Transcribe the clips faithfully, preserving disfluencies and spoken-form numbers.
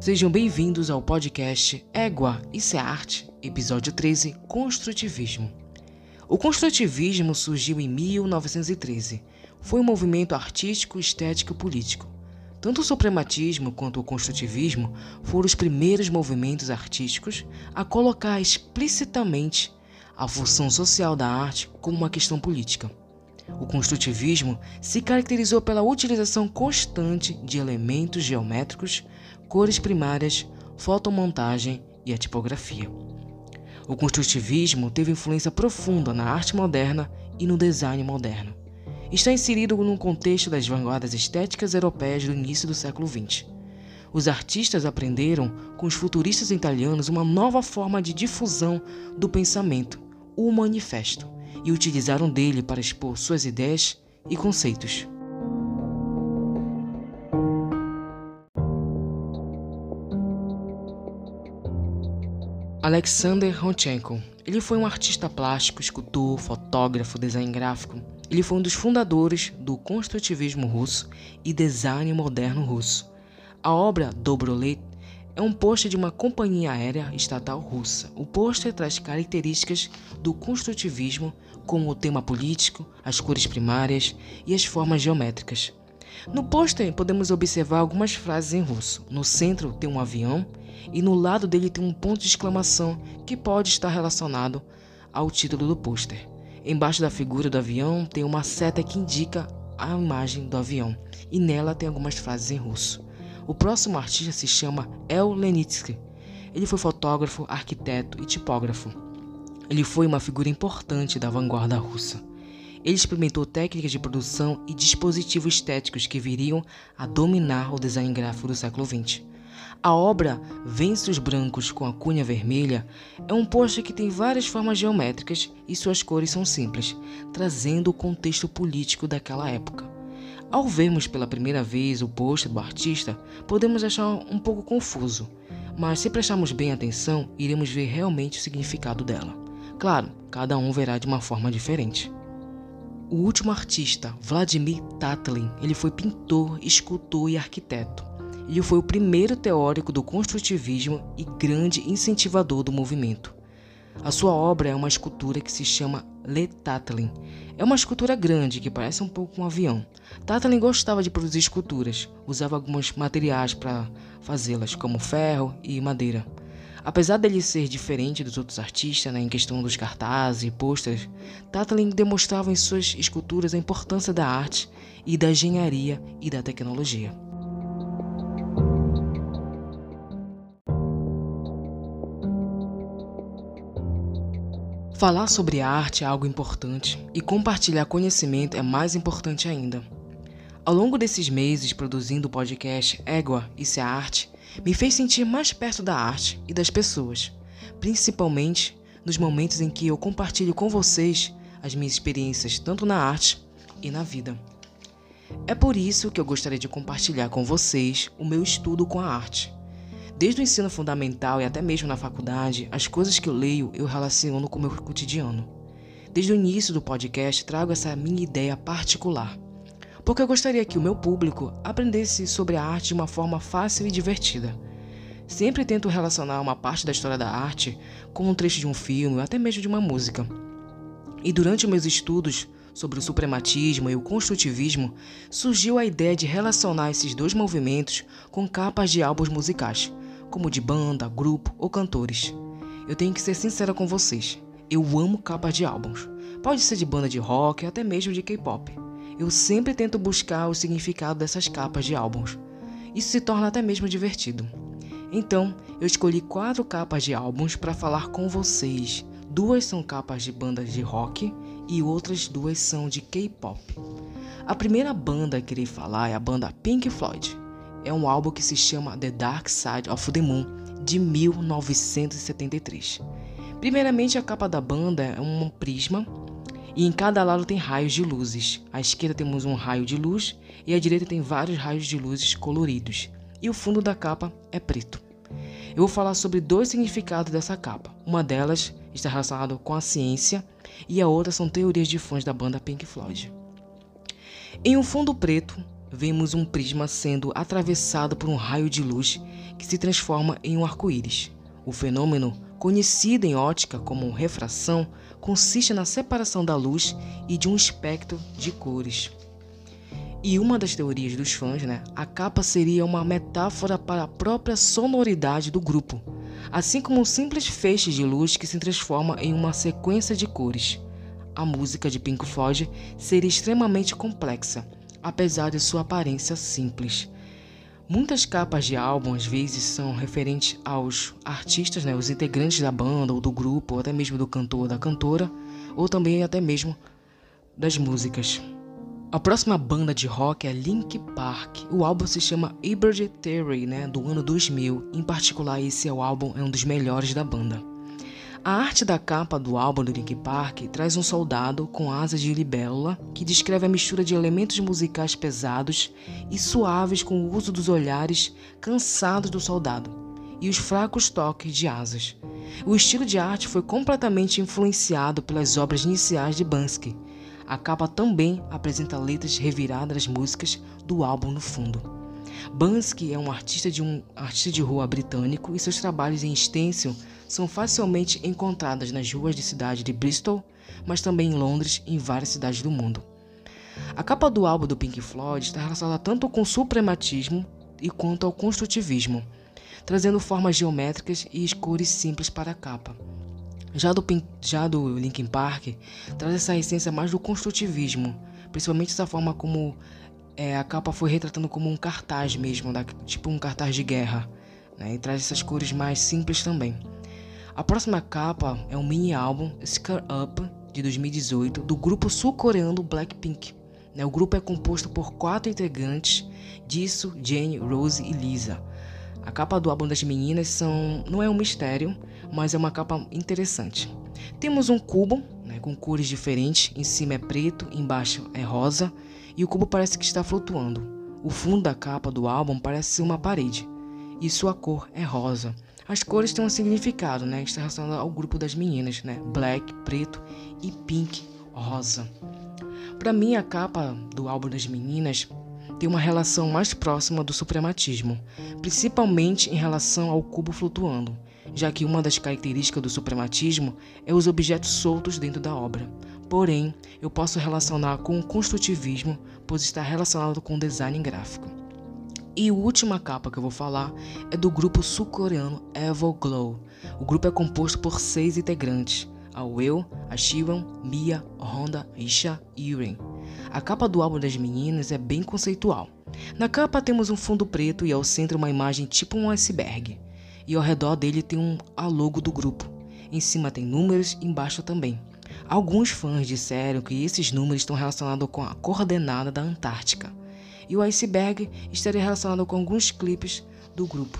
Sejam bem-vindos ao podcast Égua, Isso é Arte, episódio treze, Construtivismo. O construtivismo surgiu em mil novecentos e treze. Foi um movimento artístico, estético e político. Tanto o suprematismo quanto o construtivismo foram os primeiros movimentos artísticos a colocar explicitamente a função social da arte como uma questão política. O construtivismo se caracterizou pela utilização constante de elementos geométricos, cores primárias, fotomontagem e a tipografia. O construtivismo teve influência profunda na arte moderna e no design moderno. Está inserido no contexto das vanguardas estéticas europeias do início do século vinte. Os artistas aprenderam com os futuristas italianos uma nova forma de difusão do pensamento, o manifesto, e utilizaram dele para expor suas ideias e conceitos. Alexander Rodchenko. Ele foi um artista plástico, escultor, fotógrafo, design gráfico. Ele foi um dos fundadores do construtivismo russo e design moderno russo. A obra Dobrolet é um pôster de uma companhia aérea estatal russa. O pôster traz características do construtivismo, como o tema político, as cores primárias e as formas geométricas. No pôster podemos observar algumas frases em russo. No centro tem um avião e no lado dele tem um ponto de exclamação que pode estar relacionado ao título do pôster. Embaixo da figura do avião tem uma seta que indica a imagem do avião e nela tem algumas frases em russo. O próximo artista se chama El Lenitsky. Ele foi fotógrafo, arquiteto e tipógrafo. Ele foi uma figura importante da vanguarda russa. Ele experimentou técnicas de produção e dispositivos estéticos que viriam a dominar o design gráfico do século vinte. A obra Vence os Brancos com a Cunha Vermelha é um pôster que tem várias formas geométricas e suas cores são simples, trazendo o contexto político daquela época. Ao vermos pela primeira vez o pôster do artista, podemos achar um pouco confuso, mas se prestarmos bem atenção, iremos ver realmente o significado dela. Claro, cada um verá de uma forma diferente. O último artista, Vladimir Tatlin, ele foi pintor, escultor e arquiteto. Ele foi o primeiro teórico do construtivismo e grande incentivador do movimento. A sua obra é uma escultura que se chama Le Tatlin. É uma escultura grande que parece um pouco um avião. Tatlin gostava de produzir esculturas, usava alguns materiais para fazê-las, como ferro e madeira. Apesar dele ser diferente dos outros artistas, né, em questão dos cartazes e pôsteres, Tatlin demonstrava em suas esculturas a importância da arte e da engenharia e da tecnologia. Falar sobre arte é algo importante e compartilhar conhecimento é mais importante ainda. Ao longo desses meses produzindo o podcast Égua, Isso é Arte, me fez sentir mais perto da arte e das pessoas, principalmente nos momentos em que eu compartilho com vocês as minhas experiências tanto na arte e na vida. É por isso que eu gostaria de compartilhar com vocês o meu estudo com a arte. Desde o ensino fundamental e até mesmo na faculdade, as coisas que eu leio eu relaciono com o meu cotidiano. Desde o início do podcast trago essa minha ideia particular, porque eu gostaria que o meu público aprendesse sobre a arte de uma forma fácil e divertida. Sempre tento relacionar uma parte da história da arte com um trecho de um filme ou até mesmo de uma música. E durante meus estudos sobre o suprematismo e o construtivismo, surgiu a ideia de relacionar esses dois movimentos com capas de álbuns musicais, como de banda, grupo ou cantores. Eu tenho que ser sincera com vocês, eu amo capas de álbuns. Pode ser de banda de rock, até mesmo de K-pop. Eu sempre tento buscar o significado dessas capas de álbuns. Isso se torna até mesmo divertido. Então, eu escolhi quatro capas de álbuns para falar com vocês. Duas são capas de bandas de rock e outras duas são de K-pop. A primeira banda que irei falar é a banda Pink Floyd. É um álbum que se chama The Dark Side of the Moon, de mil novecentos e setenta e três. Primeiramente, a capa da banda é um prisma e em cada lado tem raios de luzes. À esquerda temos um raio de luz e à direita tem vários raios de luzes coloridos. E o fundo da capa é preto. Eu vou falar sobre dois significados dessa capa. Uma delas está relacionada com a ciência e a outra são teorias de fãs da banda Pink Floyd. Em um fundo preto, vemos um prisma sendo atravessado por um raio de luz que se transforma em um arco-íris. O fenômeno, conhecido em ótica como refração, consiste na separação da luz e de um espectro de cores. E uma das teorias dos fãs, né, a capa seria uma metáfora para a própria sonoridade do grupo, assim como um simples feixe de luz que se transforma em uma sequência de cores. A música de Pink Floyd seria extremamente complexa, apesar de sua aparência simples. Muitas capas de álbum, às vezes, são referentes aos artistas, né, os integrantes da banda ou do grupo, ou até mesmo do cantor ou da cantora, ou também até mesmo das músicas. A próxima banda de rock é Linkin Park. O álbum se chama Hybrid Theory, né, do ano dois mil. Em particular, esse é o álbum é um dos melhores da banda. A arte da capa do álbum do Linkin Park traz um soldado com asas de libélula que descreve a mistura de elementos musicais pesados e suaves com o uso dos olhares cansados do soldado e os fracos toques de asas. O estilo de arte foi completamente influenciado pelas obras iniciais de Banksy. A capa também apresenta letras reviradas das músicas do álbum no fundo. Banksy é um artista de um artista de rua britânico e seus trabalhos em stencil são facilmente encontrados nas ruas de cidade de Bristol, mas também em Londres e em várias cidades do mundo. A capa do álbum do Pink Floyd está relacionada tanto com o suprematismo e quanto ao construtivismo, trazendo formas geométricas e cores simples para a capa. Já do, já do Linkin Park, traz essa essência mais do construtivismo, principalmente essa forma como é, a capa foi retratando como um cartaz mesmo, da, tipo um cartaz de guerra, né, e traz essas cores mais simples também. A próxima capa é um mini álbum, Scar Up, de dois mil e dezoito, do grupo sul-coreano Blackpink. Né, o grupo é composto por quatro integrantes, Jisoo, Jennie, Rose e Lisa. A capa do álbum das meninas são, não é um mistério, mas é uma capa interessante. Temos um cubo, né, com cores diferentes, em cima é preto, embaixo é rosa, e o cubo parece que está flutuando. O fundo da capa do álbum parece ser uma parede, e sua cor é rosa. As cores têm um significado, né, que está relacionado ao grupo das meninas, né, black, preto, e pink, rosa. Para mim, a capa do álbum das meninas tem uma relação mais próxima do suprematismo, principalmente em relação ao cubo flutuando, já que uma das características do suprematismo é os objetos soltos dentro da obra. Porém, eu posso relacionar com o construtivismo, pois está relacionado com o design gráfico. E a última capa que eu vou falar é do grupo sul-coreano Everglow. O grupo é composto por seis integrantes, a Will, a Shiwon, Mia, Honda, Isha e Yurin. A capa do álbum das meninas é bem conceitual. Na capa temos um fundo preto e ao centro uma imagem tipo um iceberg. E ao redor dele tem um a logo do grupo. Em cima tem números e embaixo também. Alguns fãs disseram que esses números estão relacionados com a coordenada da Antártica. E o iceberg estaria relacionado com alguns clipes do grupo.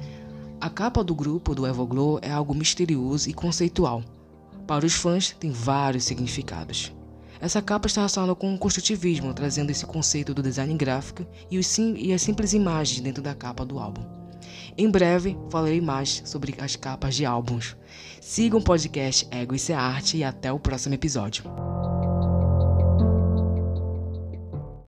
A capa do grupo do Everglow é algo misterioso e conceitual. Para os fãs tem vários significados. Essa capa está relacionada com o construtivismo, trazendo esse conceito do design gráfico e, os sim, e as simples imagens dentro da capa do álbum. Em breve falarei mais sobre as capas de álbuns. Sigam o podcast Ego Isso é Arte e até o próximo episódio.